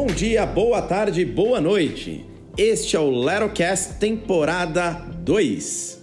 Bom dia, boa tarde, boa noite. Este é o Lerocast temporada 2.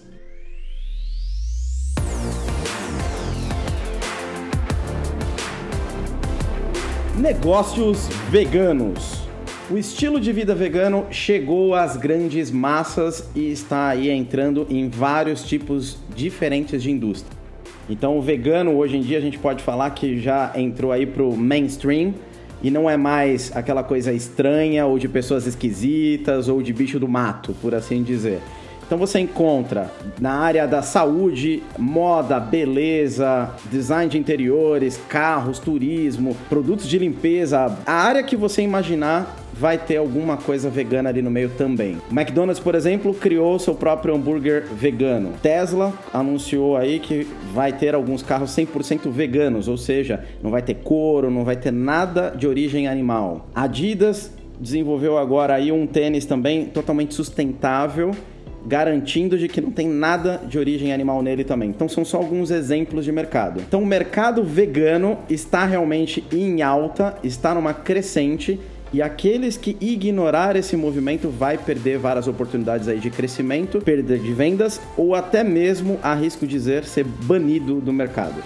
Negócios veganos. O estilo de vida vegano chegou às grandes massas e está aí entrando em vários tipos diferentes de indústria. Então o vegano hoje em dia a gente pode falar que já entrou aí pro mainstream e não é mais aquela coisa estranha ou de pessoas esquisitas ou de bicho do mato, por assim dizer. Então você encontra na área da saúde, moda, beleza, design de interiores, carros, turismo, produtos de limpeza. A área que você imaginar vai ter alguma coisa vegana ali no meio também. O McDonald's, por exemplo, criou seu próprio hambúrguer vegano. Tesla anunciou aí que vai ter alguns carros 100% veganos, ou seja, não vai ter couro, não vai ter nada de origem animal. Adidas desenvolveu agora aí um tênis também totalmente sustentável, garantindo de que não tem nada de origem animal nele também. Então são só alguns exemplos de mercado. Então o mercado vegano está realmente em alta, está numa crescente, e aqueles que ignorar esse movimento vai perder várias oportunidades aí de crescimento, perda de vendas ou até mesmo, arrisco dizer, ser banido do mercado.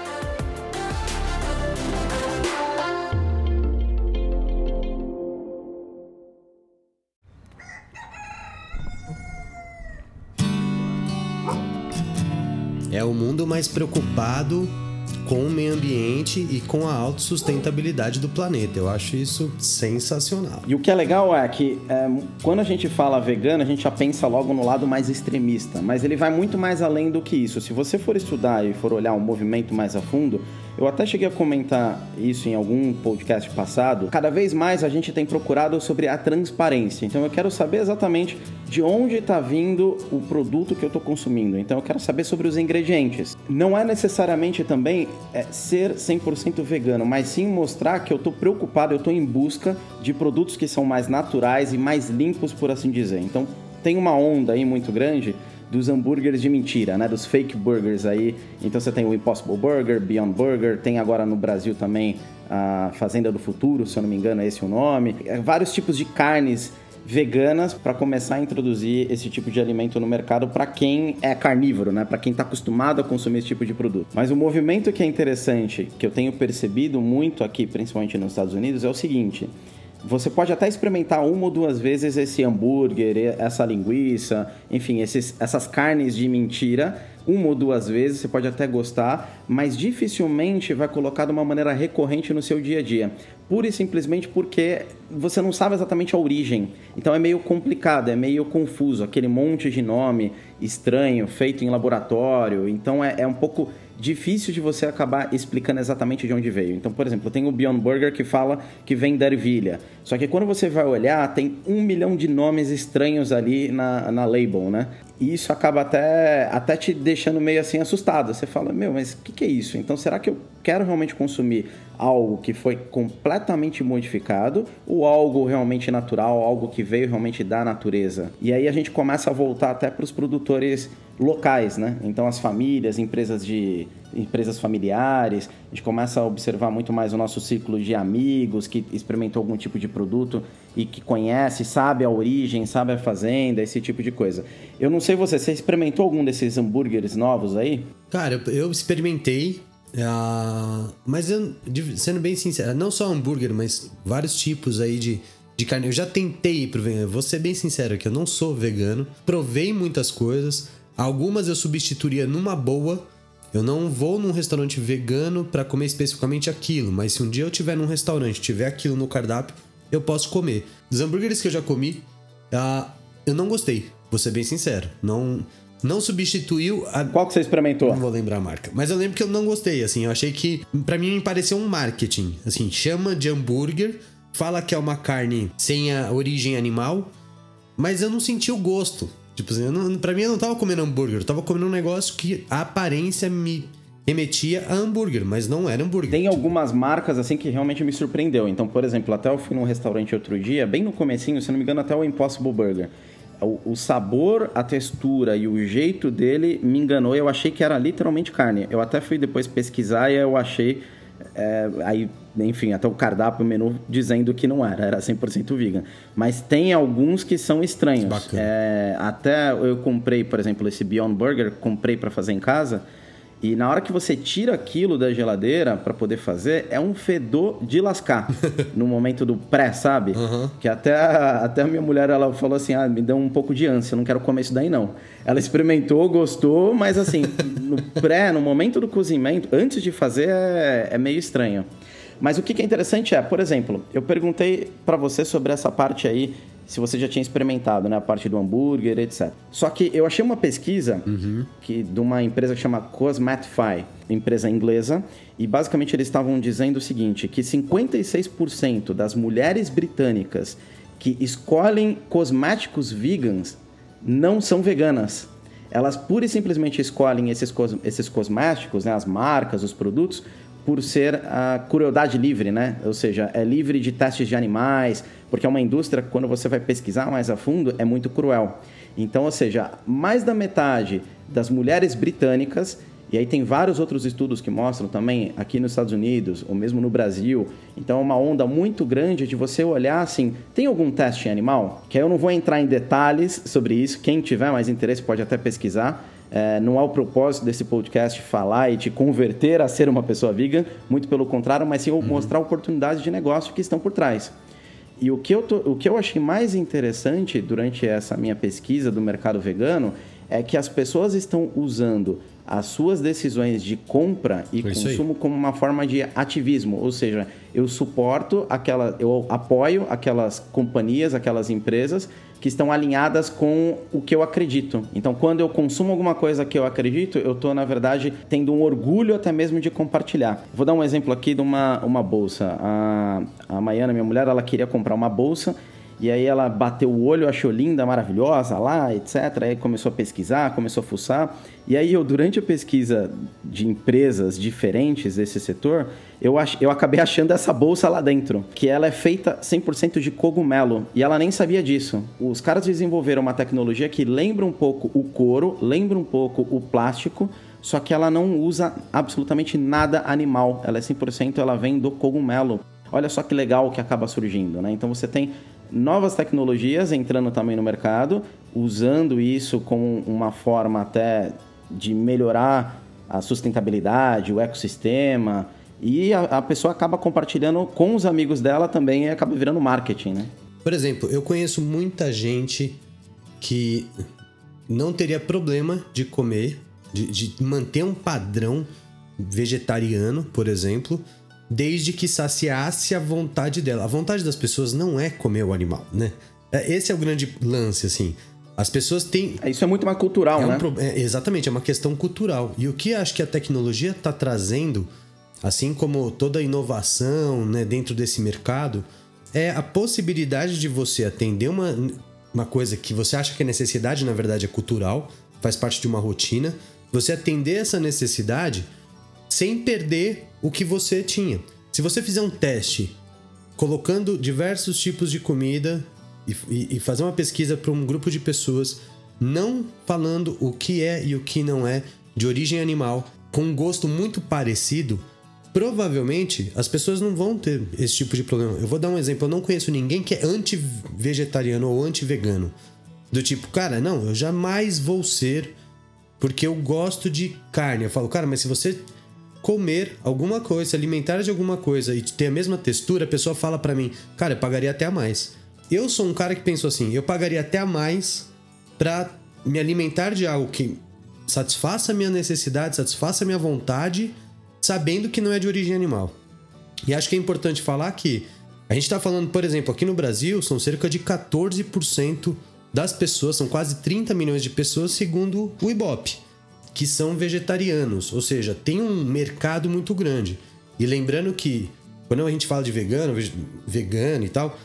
É o mundo mais preocupado com o meio ambiente e com a autossustentabilidade do planeta. Eu acho isso sensacional. E o que é legal é que quando a gente fala vegano, a gente já pensa logo no lado mais extremista, mas ele vai muito mais além do que isso. Se você for estudar e for olhar um movimento mais a fundo, eu até cheguei a comentar isso em algum podcast passado, cada vez mais a gente tem procurado sobre a transparência. Então eu quero saber exatamente de onde está vindo o produto que eu estou consumindo. Então eu quero saber sobre os ingredientes. Não é necessariamente também ser 100% vegano, mas sim mostrar que eu estou preocupado, eu estou em busca de produtos que são mais naturais e mais limpos, por assim dizer. Então tem uma onda aí muito grande dos hambúrgueres de mentira, né? Dos fake burgers aí. Então você tem o Impossible Burger, Beyond Burger, tem agora no Brasil também a Fazenda do Futuro, se eu não me engano é esse o nome. Vários tipos de carnes veganas para começar a introduzir esse tipo de alimento no mercado para quem é carnívoro, né? Para quem está acostumado a consumir esse tipo de produto. Mas o movimento que é interessante, que eu tenho percebido muito aqui, principalmente nos Estados Unidos, é o seguinte: você pode até experimentar uma ou duas vezes esse hambúrguer, essa linguiça, enfim, essas carnes de mentira, uma ou duas vezes, você pode até gostar, mas dificilmente vai colocar de uma maneira recorrente no seu dia a dia. Pura e simplesmente porque você não sabe exatamente a origem. Então é meio complicado, é meio confuso, aquele monte de nome estranho, feito em laboratório. Então é um pouco difícil de você acabar explicando exatamente de onde veio. Então, por exemplo, tem o Beyond Burger que fala que vem da ervilha. Só que quando você vai olhar, tem 1 milhão de nomes estranhos ali na label, né? E isso acaba até te deixando meio assim assustado. Você fala, mas o que é isso? Então, será que eu quero realmente consumir algo que foi completamente modificado ou algo realmente natural, algo que veio realmente da natureza? E aí a gente começa a voltar até para os produtores locais, né? Então as famílias, empresas familiares, a gente começa a observar muito mais o nosso círculo de amigos que experimentou algum tipo de produto e que conhece, sabe a origem, sabe a fazenda, esse tipo de coisa. Eu não sei você experimentou algum desses hambúrgueres novos aí? Cara, eu experimentei, mas sendo bem sincero, não só hambúrguer, mas vários tipos aí de carne. Eu já tentei, vou ser bem sincero que eu não sou vegano, provei muitas coisas, algumas eu substituiria numa boa. Eu não vou num restaurante vegano para comer especificamente aquilo, mas se um dia eu estiver num restaurante e tiver aquilo no cardápio, eu posso comer. Dos hambúrgueres que eu já comi, eu não gostei, vou ser bem sincero. Não substituiu a... Qual que você experimentou? Não vou lembrar a marca. Mas eu lembro que eu não gostei, assim. Eu achei que, pra mim, me pareceu um marketing. Assim, chama de hambúrguer, fala que é uma carne sem a origem animal, mas eu não senti o gosto. Tipo assim, pra mim eu não tava comendo hambúrguer, eu tava comendo um negócio que a aparência me remetia a hambúrguer, mas não era hambúrguer. Tem algumas marcas assim que realmente me surpreendeu. Então, por exemplo, até eu fui num restaurante outro dia, bem no comecinho, se não me engano, até o Impossible Burger. O sabor, a textura e o jeito dele me enganou. Eu achei que era literalmente carne. Eu até fui depois pesquisar e eu achei Aí, enfim, até o cardápio, o menu dizendo que não era 100% vegan. Mas tem alguns que são estranhos. Até eu comprei, por exemplo, esse Beyond Burger, comprei para fazer em casa. E na hora que você tira aquilo da geladeira para poder fazer, é um fedor de lascar. No momento do pré, sabe? Uhum. Que até a minha mulher, ela falou assim, me deu um pouco de ânsia, eu não quero comer isso daí não. Ela experimentou, gostou, mas assim, no pré, no momento do cozimento, antes de fazer, é meio estranho. Mas o que é interessante por exemplo, eu perguntei para você sobre essa parte aí, se você já tinha experimentado, né? A parte do hambúrguer, etc. Só que eu achei uma pesquisa de uma empresa que chama Cosmatify, empresa inglesa, e basicamente eles estavam dizendo o seguinte, que 56% das mulheres britânicas que escolhem cosméticos vegans não são veganas. Elas pura e simplesmente escolhem esses cosméticos, né? As marcas, os produtos, por ser a crueldade livre, né? Ou seja, é livre de testes de animais, porque é uma indústria que, quando você vai pesquisar mais a fundo, é muito cruel. Então, ou seja, mais da metade das mulheres britânicas, e aí tem vários outros estudos que mostram também aqui nos Estados Unidos, ou mesmo no Brasil, então é uma onda muito grande de você olhar assim, tem algum teste em animal? Que aí eu não vou entrar em detalhes sobre isso, quem tiver mais interesse pode até pesquisar. Não é o propósito desse podcast falar e te converter a ser uma pessoa vegan, muito pelo contrário, mas sim mostrar oportunidades de negócio que estão por trás. E o que eu achei mais interessante durante essa minha pesquisa do mercado vegano é que as pessoas estão usando as suas decisões de compra e consumo como uma forma de ativismo, ou seja, eu apoio aquelas companhias, aquelas empresas que estão alinhadas com o que eu acredito. Então, quando eu consumo alguma coisa que eu acredito, eu estou, na verdade, tendo um orgulho até mesmo de compartilhar. Vou dar um exemplo aqui de uma bolsa. A Maiana, minha mulher, ela queria comprar uma bolsa e aí ela bateu o olho, achou linda, maravilhosa lá, etc. Aí começou a pesquisar, começou a fuçar. E aí durante a pesquisa de empresas diferentes desse setor, eu acabei achando essa bolsa lá dentro, que ela é feita 100% de cogumelo. E ela nem sabia disso. Os caras desenvolveram uma tecnologia que lembra um pouco o couro, lembra um pouco o plástico, só que ela não usa absolutamente nada animal. Ela é 100%, ela vem do cogumelo. Olha só que legal que acaba surgindo, né? Então você tem novas tecnologias entrando também no mercado, usando isso como uma forma até de melhorar a sustentabilidade, o ecossistema, e a pessoa acaba compartilhando com os amigos dela também e acaba virando marketing, né? Por exemplo, eu conheço muita gente que não teria problema de comer, de manter um padrão vegetariano, por exemplo, desde que saciasse a vontade dela. A vontade das pessoas não é comer o animal, né? Esse é o grande lance, assim. As pessoas têm... Isso é muito mais cultural, né? Exatamente, é uma questão cultural. E o que acho que a tecnologia está trazendo, assim como toda a inovação, né, dentro desse mercado, é a possibilidade de você atender uma coisa que você acha que é necessidade, na verdade é cultural, faz parte de uma rotina. Você atender essa necessidade sem perder o que você tinha. Se você fizer um teste colocando diversos tipos de comida e fazer uma pesquisa para um grupo de pessoas, não falando o que é e o que não é de origem animal, com um gosto muito parecido, provavelmente as pessoas não vão ter esse tipo de problema. Eu vou dar um exemplo, eu não conheço ninguém que é anti-vegetariano ou anti-vegano. Do tipo, cara, não, eu jamais vou ser porque eu gosto de carne. Eu falo, cara, mas se você comer alguma coisa, se alimentar de alguma coisa e ter a mesma textura, a pessoa fala pra mim, cara, eu pagaria até a mais. Eu sou um cara que penso assim, eu pagaria até a mais pra me alimentar de algo que satisfaça a minha necessidade, satisfaça a minha vontade, sabendo que não é de origem animal. E acho que é importante falar que a gente tá falando, por exemplo, aqui no Brasil, são cerca de 14% das pessoas, são quase 30 milhões de pessoas, segundo o Ibope, que são vegetarianos, ou seja, tem um mercado muito grande. E lembrando que, quando a gente fala de vegano e tal,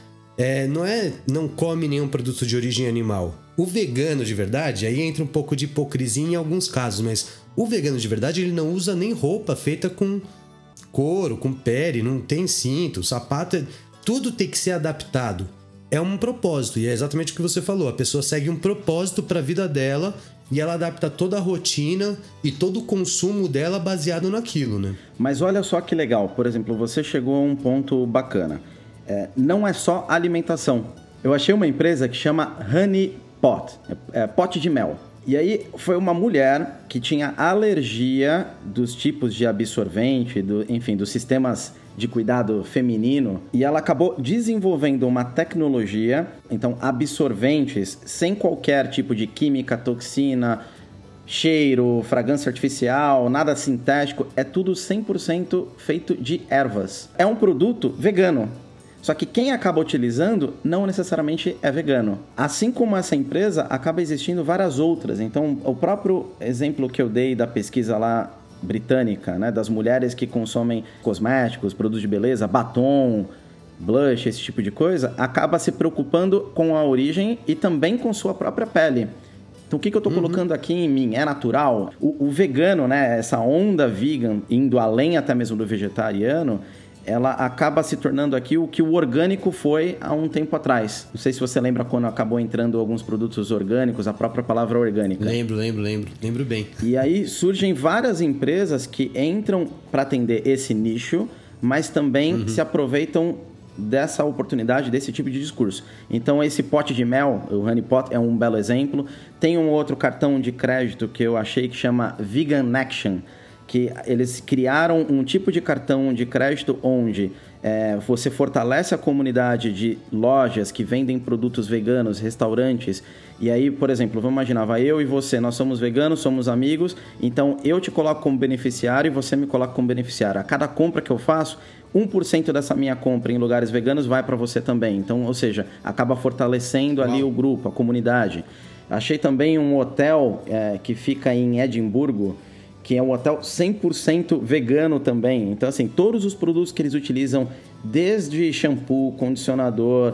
não come nenhum produto de origem animal. O vegano de verdade, aí entra um pouco de hipocrisia em alguns casos, mas o vegano de verdade, ele não usa nem roupa feita com couro, com pele, não tem cinto, sapato, tudo tem que ser adaptado. É um propósito, e é exatamente o que você falou, a pessoa segue um propósito para a vida dela e ela adapta toda a rotina e todo o consumo dela baseado naquilo, né? Mas olha só que legal, por exemplo, você chegou a um ponto bacana. Não é só alimentação. Eu achei uma empresa que chama Honey Pot, pote de mel. E aí foi uma mulher que tinha alergia dos tipos de absorvente, dos sistemas de cuidado feminino, e ela acabou desenvolvendo uma tecnologia, então absorventes sem qualquer tipo de química, toxina, cheiro, fragrância artificial, nada sintético, é tudo 100% feito de ervas. É um produto vegano. Só que quem acaba utilizando não necessariamente é vegano. Assim como essa empresa, acaba existindo várias outras. Então, o próprio exemplo que eu dei da pesquisa lá britânica, né, das mulheres que consomem cosméticos, produtos de beleza, batom, blush, esse tipo de coisa, acaba se preocupando com a origem e também com sua própria pele. Então, o que eu estou colocando aqui em mim? É natural? O vegano, né, essa onda vegan, indo além até mesmo do vegetariano, ela acaba se tornando aqui o que o orgânico foi há um tempo atrás. Não sei se você lembra quando acabou entrando alguns produtos orgânicos, a própria palavra orgânica. Lembro bem. E aí surgem várias empresas que entram para atender esse nicho, mas também se aproveitam dessa oportunidade, desse tipo de discurso. Então, esse pote de mel, o Honey Pot, é um belo exemplo. Tem um outro cartão de crédito que eu achei que chama Vegan Action, que eles criaram um tipo de cartão de crédito onde você fortalece a comunidade de lojas que vendem produtos veganos, restaurantes. E aí, por exemplo, vamos imaginar, vai eu e você, nós somos veganos, somos amigos, então eu te coloco como beneficiário e você me coloca como beneficiário. A cada compra que eu faço, 1% dessa minha compra em lugares veganos vai para você também. Então, ou seja, acaba fortalecendo ali o grupo, a comunidade. Achei também um hotel que fica em Edimburgo, que é um hotel 100% vegano também. Então, assim, todos os produtos que eles utilizam, desde shampoo, condicionador,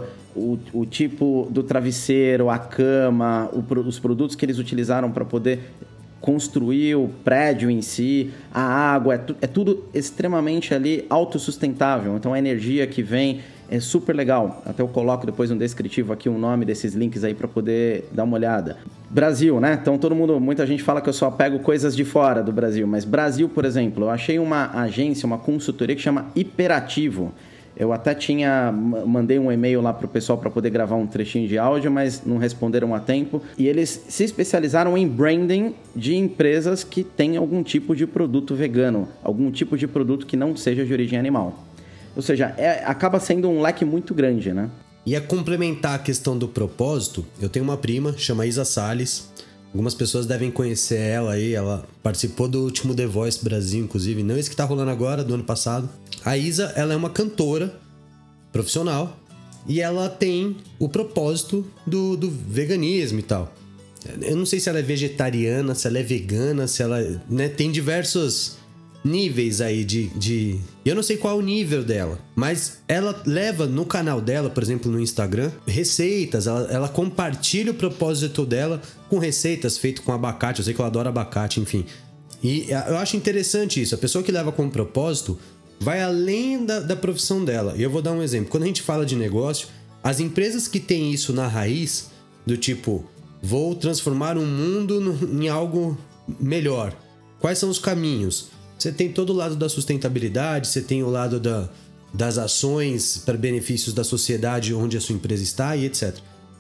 o tipo do travesseiro, a cama, os produtos que eles utilizaram para poder construir o prédio em si, a água, é tudo extremamente ali autossustentável. Então, a energia que vem é super legal. Até eu coloco depois no descritivo aqui o nome desses links aí para poder dar uma olhada. Brasil, né? Então muita gente fala que eu só pego coisas de fora do Brasil, mas Brasil, por exemplo, eu achei uma agência, uma consultoria que chama Hiperativo. Eu até mandei um e-mail lá pro pessoal para poder gravar um trechinho de áudio, mas não responderam a tempo. E eles se especializaram em branding de empresas que têm algum tipo de produto vegano, algum tipo de produto que não seja de origem animal. Ou seja, acaba sendo um leque muito grande, né? E a complementar a questão do propósito, eu tenho uma prima, chama Isa Salles. Algumas pessoas devem conhecer ela aí, ela participou do último The Voice Brasil, inclusive, não esse que tá rolando agora, do ano passado. A Isa, ela é uma cantora profissional e ela tem o propósito do veganismo e tal. Eu não sei se ela é vegetariana, se ela é vegana, se ela... né, tem diversos níveis aí de... Eu não sei qual é o nível dela, mas ela leva no canal dela, por exemplo, no Instagram, receitas, ela compartilha o propósito dela com receitas feitas com abacate. Eu sei que ela adora abacate, enfim. E eu acho interessante isso. A pessoa que leva como propósito vai além da profissão dela. E eu vou dar um exemplo. Quando a gente fala de negócio, as empresas que têm isso na raiz, do tipo, vou transformar um mundo em algo melhor. Quais são os caminhos? Você tem todo o lado da sustentabilidade, você tem o lado das ações para benefícios da sociedade onde a sua empresa está e etc.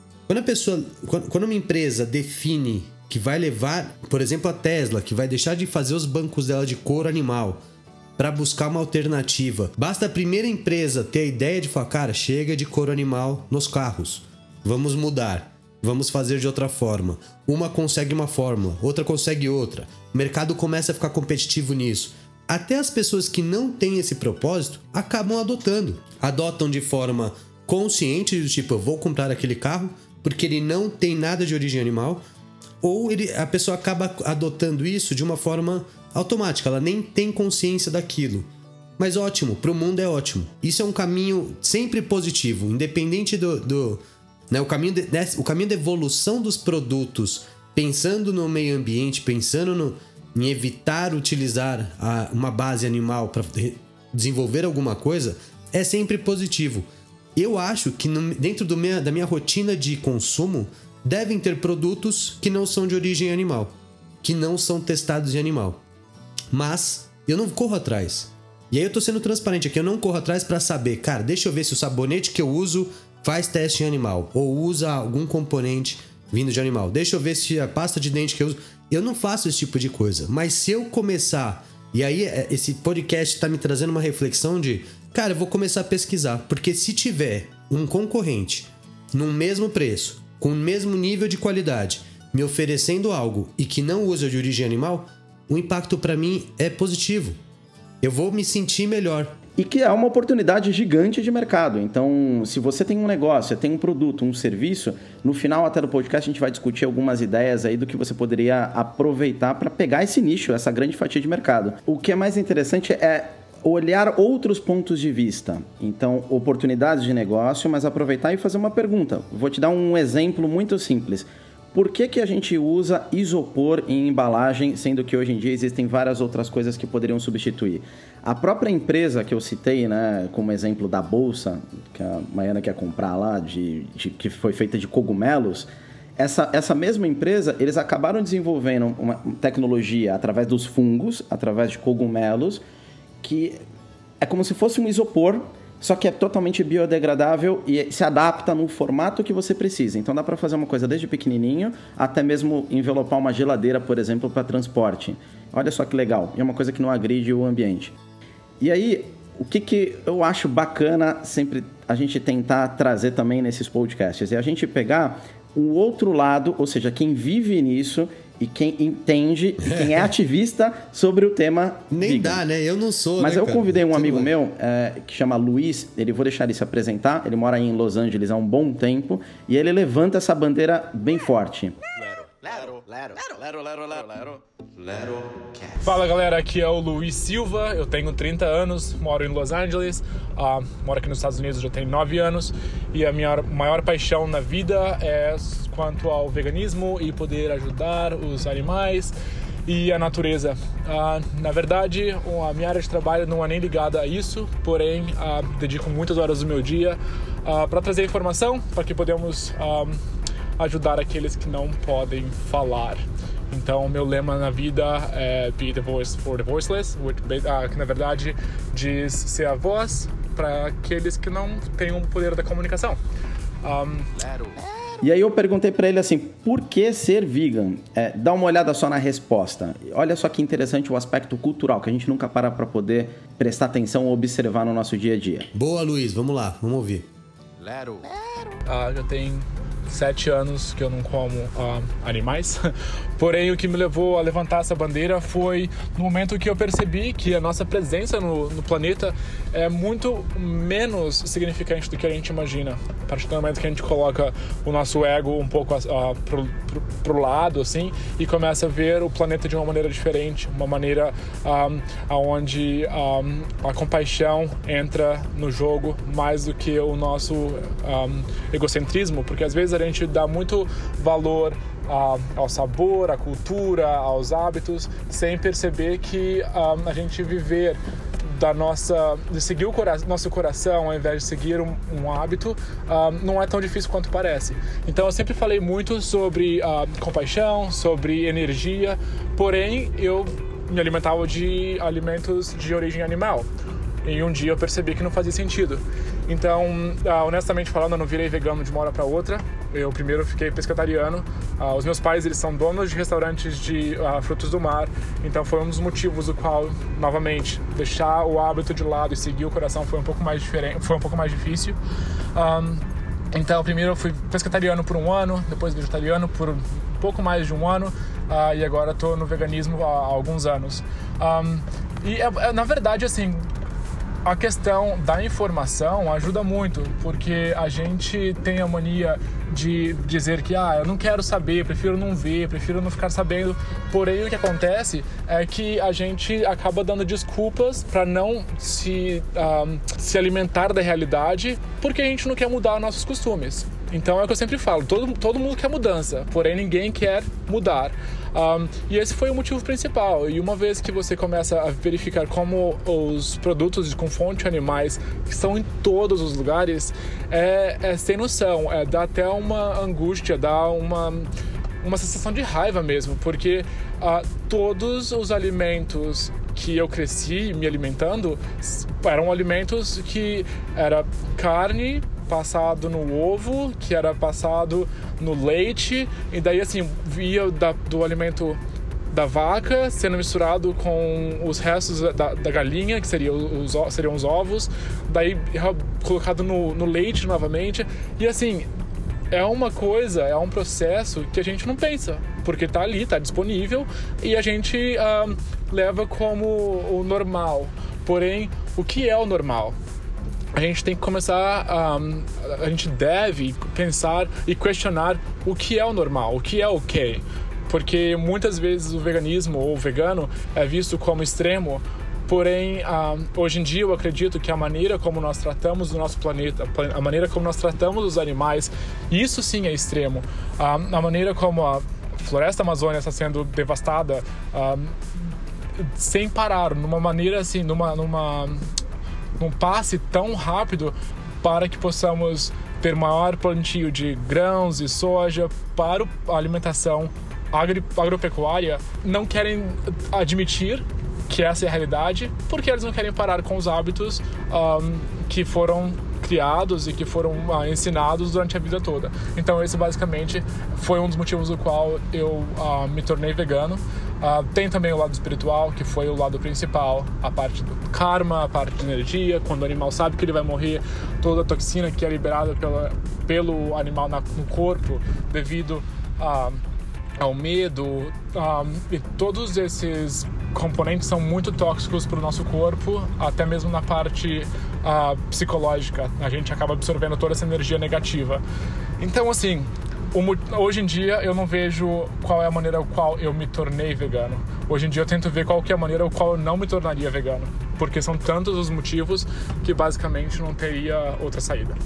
Quando uma empresa define que vai levar, por exemplo, a Tesla, que vai deixar de fazer os bancos dela de couro animal para buscar uma alternativa, basta a primeira empresa ter a ideia de falar, cara, chega de couro animal nos carros, vamos mudar. Vamos fazer de outra forma. Uma consegue uma fórmula, outra consegue outra. O mercado começa a ficar competitivo nisso. Até as pessoas que não têm esse propósito acabam adotando. Adotam de forma consciente, do tipo, eu vou comprar aquele carro porque ele não tem nada de origem animal. Ou a pessoa acaba adotando isso de uma forma automática. Ela nem tem consciência daquilo. Mas ótimo, para o mundo é ótimo. Isso é um caminho sempre positivo, independente né, o caminho da evolução dos produtos, pensando no meio ambiente, pensando em evitar utilizar uma base animal para desenvolver alguma coisa, é sempre positivo. Eu acho que dentro da minha rotina de consumo, devem ter produtos que não são de origem animal, que não são testados em animal. Mas eu não corro atrás. E aí eu tô sendo transparente aqui, eu não corro atrás pra saber, cara, deixa eu ver se o sabonete que eu uso faz teste em animal, ou usa algum componente vindo de animal. Deixa eu ver se a pasta de dente que eu uso... Eu não faço esse tipo de coisa. Mas se eu começar... E aí esse podcast tá me trazendo uma reflexão de... Cara, eu vou começar a pesquisar. Porque se tiver um concorrente no mesmo preço, com o mesmo nível de qualidade, me oferecendo algo e que não usa de origem animal, o impacto pra mim é positivo. Eu vou me sentir melhor. E que é uma oportunidade gigante de mercado. Então, se você tem um negócio, tem um produto, um serviço, no final até do podcast a gente vai discutir algumas ideias aí do que você poderia aproveitar para pegar esse nicho, essa grande fatia de mercado. O que é mais interessante é olhar outros pontos de vista. Então, oportunidades de negócio, mas aproveitar e fazer uma pergunta. Vou te dar um exemplo muito simples. Por que a gente usa isopor em embalagem, sendo que hoje em dia existem várias outras coisas que poderiam substituir? A própria empresa que eu citei, né, como exemplo da bolsa, que a Maiana quer comprar lá, que foi feita de cogumelos, essa mesma empresa, eles acabaram desenvolvendo uma tecnologia através dos fungos, através de cogumelos, que é como se fosse um isopor, só que é totalmente biodegradável e se adapta no formato que você precisa. Então dá para fazer uma coisa desde pequenininho até mesmo envelopar uma geladeira, por exemplo, para transporte. Olha só que legal. É uma coisa que não agride o ambiente. E aí, o que eu acho bacana sempre a gente tentar trazer também nesses podcasts é a gente pegar o outro lado, ou seja, quem vive nisso e quem entende e quem é ativista sobre o tema Nem vegan. dá, né? Eu não sou, Mas né, eu cara? convidei um Você amigo vai. meu que chama Luiz, vou deixar ele se apresentar, ele mora aí em Los Angeles há um bom tempo e ele levanta essa bandeira bem forte. Fala galera, aqui é o Luiz Silva, eu tenho 30 anos, moro em Los Angeles, moro aqui nos Estados Unidos já tenho 9 anos e a minha maior paixão na vida é quanto ao veganismo e poder ajudar os animais e a natureza. Na verdade, a minha área de trabalho não é nem ligada a isso, porém dedico muitas horas do meu dia para trazer informação para que podemos ajudar aqueles que não podem falar. Então, meu lema na vida é Be the Voice for the Voiceless, que na verdade diz ser a voz para aqueles que não têm o poder da comunicação. E aí eu perguntei pra ele assim, por que ser vegan? Dá uma olhada só na resposta. Olha só que interessante o aspecto cultural, que a gente nunca para pra poder prestar atenção ou observar no nosso dia a dia. Boa, Luiz. Vamos lá. Vamos ouvir. Já tem 7 anos que eu não como animais. Porém, o que me levou a levantar essa bandeira foi no momento que eu percebi que a nossa presença no planeta é muito menos significante do que a gente imagina. A partir do momento que a gente coloca o nosso ego um pouco pro lado, assim, e começa a ver o planeta de uma maneira diferente, uma maneira onde a compaixão entra no jogo mais do que o nosso egocentrismo, porque às vezes a gente dá muito valor ao sabor, à cultura, aos hábitos, sem perceber que a gente viver de seguir nosso coração ao invés de seguir um hábito não é tão difícil quanto parece. Então eu sempre falei muito sobre compaixão, sobre energia, porém eu me alimentava de alimentos de origem animal. E um dia eu percebi que não fazia sentido. Então, honestamente falando, eu não virei vegano de uma hora para outra. Eu primeiro fiquei pescetariano. Os meus pais, eles são donos de restaurantes de frutos do mar. Então, foi um dos motivos do qual, novamente, deixar o hábito de lado e seguir o coração foi um pouco mais diferente, foi um pouco mais difícil. Então, primeiro eu fui pescetariano por um ano, depois vegetariano por um pouco mais de um ano. E agora estou no veganismo há alguns anos. Na verdade, assim, a questão da informação ajuda muito, porque a gente tem a mania de dizer que eu não quero saber, prefiro não ver, prefiro não ficar sabendo. Porém, o que acontece é que a gente acaba dando desculpas para não se alimentar da realidade, porque a gente não quer mudar nossos costumes. Então é o que eu sempre falo, todo mundo quer mudança, porém ninguém quer mudar. E esse foi o motivo principal. E uma vez que você começa a verificar como os produtos com fonte animais que são em todos os lugares, é sem noção, dá até uma angústia, dá uma sensação de raiva mesmo, porque todos os alimentos que eu cresci me alimentando eram alimentos que era carne passado no ovo, que era passado no leite, e daí assim, via do alimento da vaca sendo misturado com os restos da galinha, que seriam os ovos, daí colocado no leite novamente, e assim, é um processo que a gente não pensa, porque tá ali, tá disponível, e a gente leva como o normal. Porém, o que é o normal? A gente tem que começar, a gente deve pensar e questionar o que é o normal, o que é ok. Porque muitas vezes o veganismo ou o vegano é visto como extremo, porém, hoje em dia eu acredito que a maneira como nós tratamos o nosso planeta, a maneira como nós tratamos os animais, isso sim é extremo. A maneira como a floresta amazônica está sendo devastada sem parar, numa maneira assim, num passe tão rápido para que possamos ter maior plantio de grãos e soja para a alimentação agropecuária, não querem admitir que essa é a realidade, porque eles não querem parar com os hábitos que foram criados e que foram ensinados durante a vida toda. Então esse basicamente foi um dos motivos do qual eu me tornei vegano. Tem também o lado espiritual, que foi o lado principal, a parte do karma, a parte de energia, quando o animal sabe que ele vai morrer, toda a toxina que é liberada pelo animal no corpo devido ao medo, e todos esses componentes são muito tóxicos para o nosso corpo, até mesmo na parte psicológica. A gente acaba absorvendo toda essa energia negativa. Então, assim, hoje em dia eu não vejo qual é a maneira ao qual eu me tornei vegano. Hoje em dia eu tento ver qual que é a maneira ao qual eu não me tornaria vegano, porque são tantos os motivos que basicamente não teria outra saída.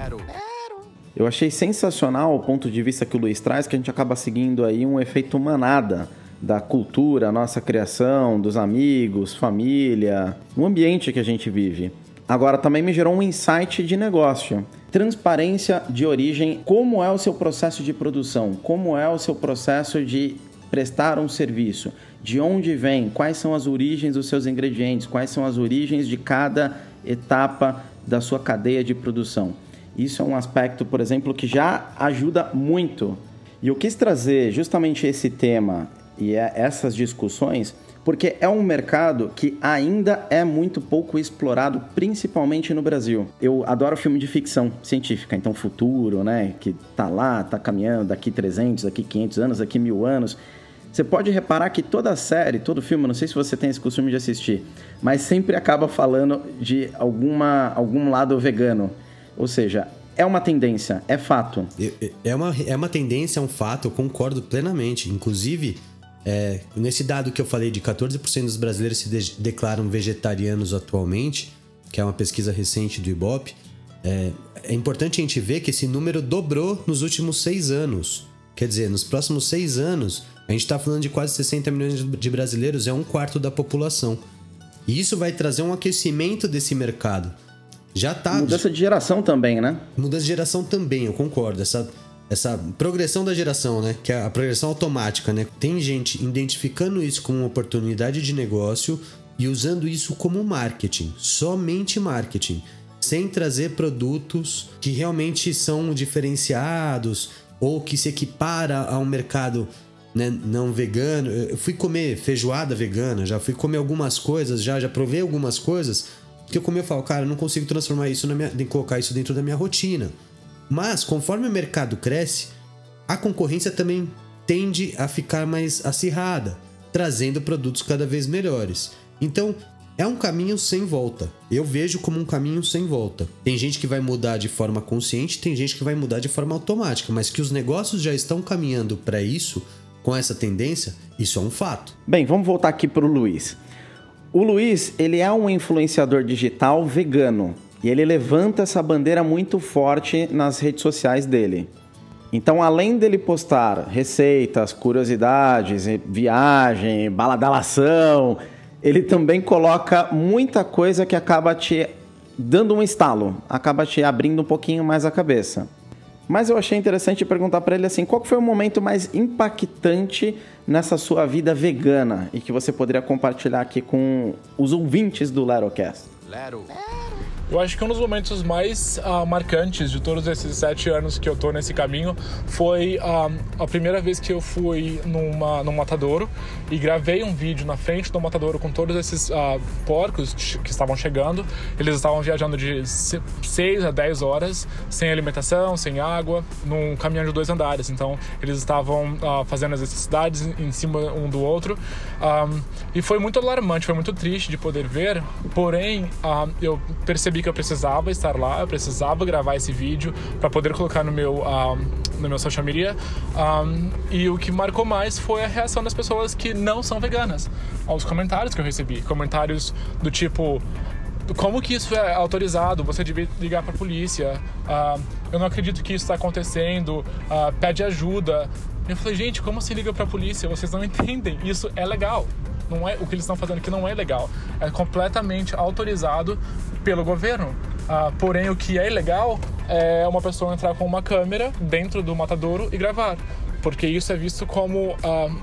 Eu achei sensacional o ponto de vista que o Luiz traz, que a gente acaba seguindo aí um efeito manada da cultura, nossa criação, dos amigos, família, o ambiente que a gente vive. Agora, também me gerou um insight de negócio. Transparência de origem, como é o seu processo de produção, como é o seu processo de prestar um serviço, de onde vem, quais são as origens dos seus ingredientes, quais são as origens de cada etapa da sua cadeia de produção. Isso é um aspecto, por exemplo, que já ajuda muito. E eu quis trazer justamente esse tema e essas discussões porque é um mercado que ainda é muito pouco explorado, principalmente no Brasil. Eu adoro filme de ficção científica, então futuro, né, que tá lá, tá caminhando daqui 300, daqui 500 anos, daqui 1000 anos. Você pode reparar que toda série, todo filme, não sei se você tem esse costume de assistir, mas sempre acaba falando de algum lado vegano. Ou seja, é uma tendência, é fato. É uma tendência, é um fato, eu concordo plenamente. Inclusive, nesse dado que eu falei de 14% dos brasileiros se declaram vegetarianos atualmente, que é uma pesquisa recente do Ibope, é importante a gente ver que esse número dobrou nos últimos 6 anos. Quer dizer, nos próximos 6 anos, a gente está falando de quase 60 milhões de brasileiros, é 1/4 da população. E isso vai trazer um aquecimento desse mercado. Já tá... Mudança de geração também, né? Mudança de geração também, eu concordo. Essa progressão da geração, né? Que é a progressão automática, né? Tem gente identificando isso como uma oportunidade de negócio e usando isso como marketing. Somente marketing. Sem trazer produtos que realmente são diferenciados ou que se equipara a um mercado, né, não vegano. Eu fui comer feijoada vegana, já fui comer algumas coisas, já provei algumas coisas que eu comi e falo, cara, eu não consigo transformar isso colocar isso dentro da minha rotina. Mas, conforme o mercado cresce, a concorrência também tende a ficar mais acirrada, trazendo produtos cada vez melhores. Então, é um caminho sem volta. Eu vejo como um caminho sem volta. Tem gente que vai mudar de forma consciente, tem gente que vai mudar de forma automática, mas que os negócios já estão caminhando para isso, com essa tendência, isso é um fato. Bem, vamos voltar aqui para o Luiz. O Luiz, ele é um influenciador digital vegano e ele levanta essa bandeira muito forte nas redes sociais dele. Então, além dele postar receitas, curiosidades, viagem, baladalação, ele também coloca muita coisa que acaba te dando um estalo, acaba te abrindo um pouquinho mais a cabeça. Mas eu achei interessante perguntar para ele assim, qual foi o momento mais impactante nessa sua vida vegana e que você poderia compartilhar aqui com os ouvintes do Lerocast? Eu acho que um dos momentos mais marcantes de todos esses 7 anos que eu tô nesse caminho foi a primeira vez que eu fui num matadouro e gravei um vídeo na frente do matadouro com todos esses porcos que estavam chegando. Eles estavam viajando de 6 a 10 horas, sem alimentação, sem água, num caminhão de 2 andares. Então, eles estavam fazendo as necessidades em cima um do outro. E foi muito alarmante, foi muito triste de poder ver. Porém, eu percebi que eu precisava estar lá, eu precisava gravar esse vídeo para poder colocar no meu social media. E o que marcou mais foi a reação das pessoas que não são veganas. Aos comentários que eu recebi. Comentários do tipo, como que isso é autorizado? Você devia ligar para a polícia. Eu não acredito que isso está acontecendo. Pede ajuda. Eu falei, gente, como se liga para a polícia? Vocês não entendem. Isso é legal. Não é, o que eles estão fazendo aqui não é legal. É completamente autorizado pelo governo. Porém, o que é ilegal é uma pessoa entrar com uma câmera dentro do matadouro e gravar. Porque isso é visto como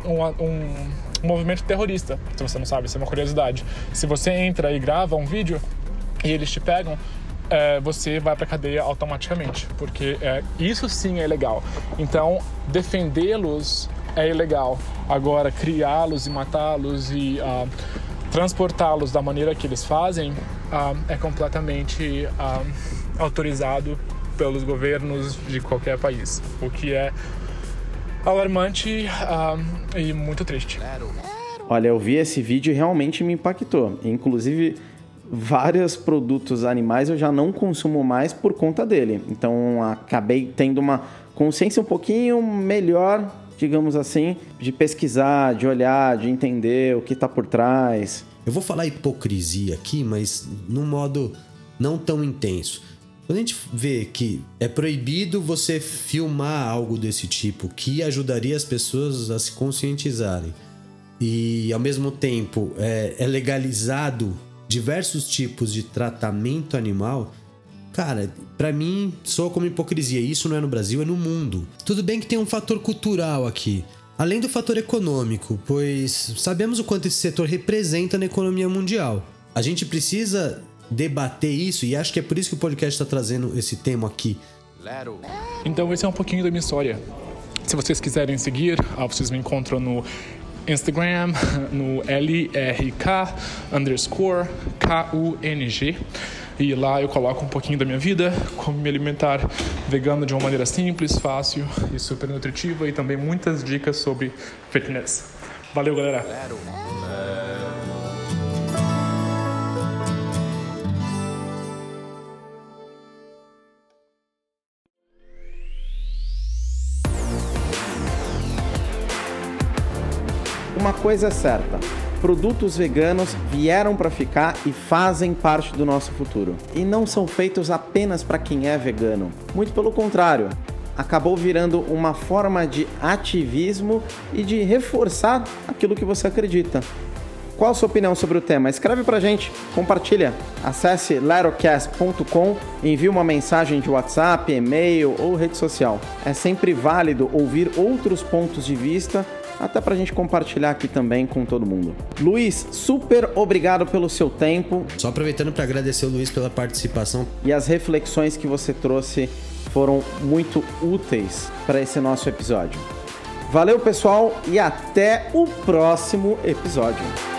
um movimento terrorista. Se você não sabe, isso é uma curiosidade. Se você entra e grava um vídeo e eles te pegam, você vai pra cadeia automaticamente. Porque isso sim é ilegal. Então, defendê-los é ilegal. Agora, criá-los e matá-los e transportá-los da maneira que eles fazem é completamente autorizado pelos governos de qualquer país. O que é alarmante e muito triste. Olha, eu vi esse vídeo e realmente me impactou. Inclusive, vários produtos animais eu já não consumo mais por conta dele. Então, acabei tendo uma consciência um pouquinho melhor, digamos assim, de pesquisar, de olhar, de entender o que está por trás. Eu vou falar hipocrisia aqui, mas num modo não tão intenso. Quando a gente vê que é proibido você filmar algo desse tipo, que ajudaria as pessoas a se conscientizarem, e ao mesmo tempo é legalizado diversos tipos de tratamento animal, cara, pra mim soa como hipocrisia. Isso não é no Brasil, é no mundo. Tudo bem que tem um fator cultural aqui, além do fator econômico, pois sabemos o quanto esse setor representa na economia mundial. A gente precisa debater isso e acho que é por isso que o podcast está trazendo esse tema aqui. Então esse é um pouquinho da minha história. Se vocês quiserem seguir, vocês me encontram no Instagram, no LRK_KUNG. E lá eu coloco um pouquinho da minha vida, como me alimentar vegano de uma maneira simples, fácil e super nutritiva, e também muitas dicas sobre fitness. Valeu, galera! Uma coisa é certa, produtos veganos vieram para ficar e fazem parte do nosso futuro. E não são feitos apenas para quem é vegano. Muito pelo contrário, acabou virando uma forma de ativismo e de reforçar aquilo que você acredita. Qual a sua opinião sobre o tema? Escreve pra gente, compartilha. Acesse lerocast.com, envie uma mensagem de WhatsApp, e-mail ou rede social. É sempre válido ouvir outros pontos de vista, até pra gente compartilhar aqui também com todo mundo. Luiz, super obrigado pelo seu tempo. Só aproveitando para agradecer o Luiz pela participação. E as reflexões que você trouxe foram muito úteis para esse nosso episódio. Valeu, pessoal, e até o próximo episódio.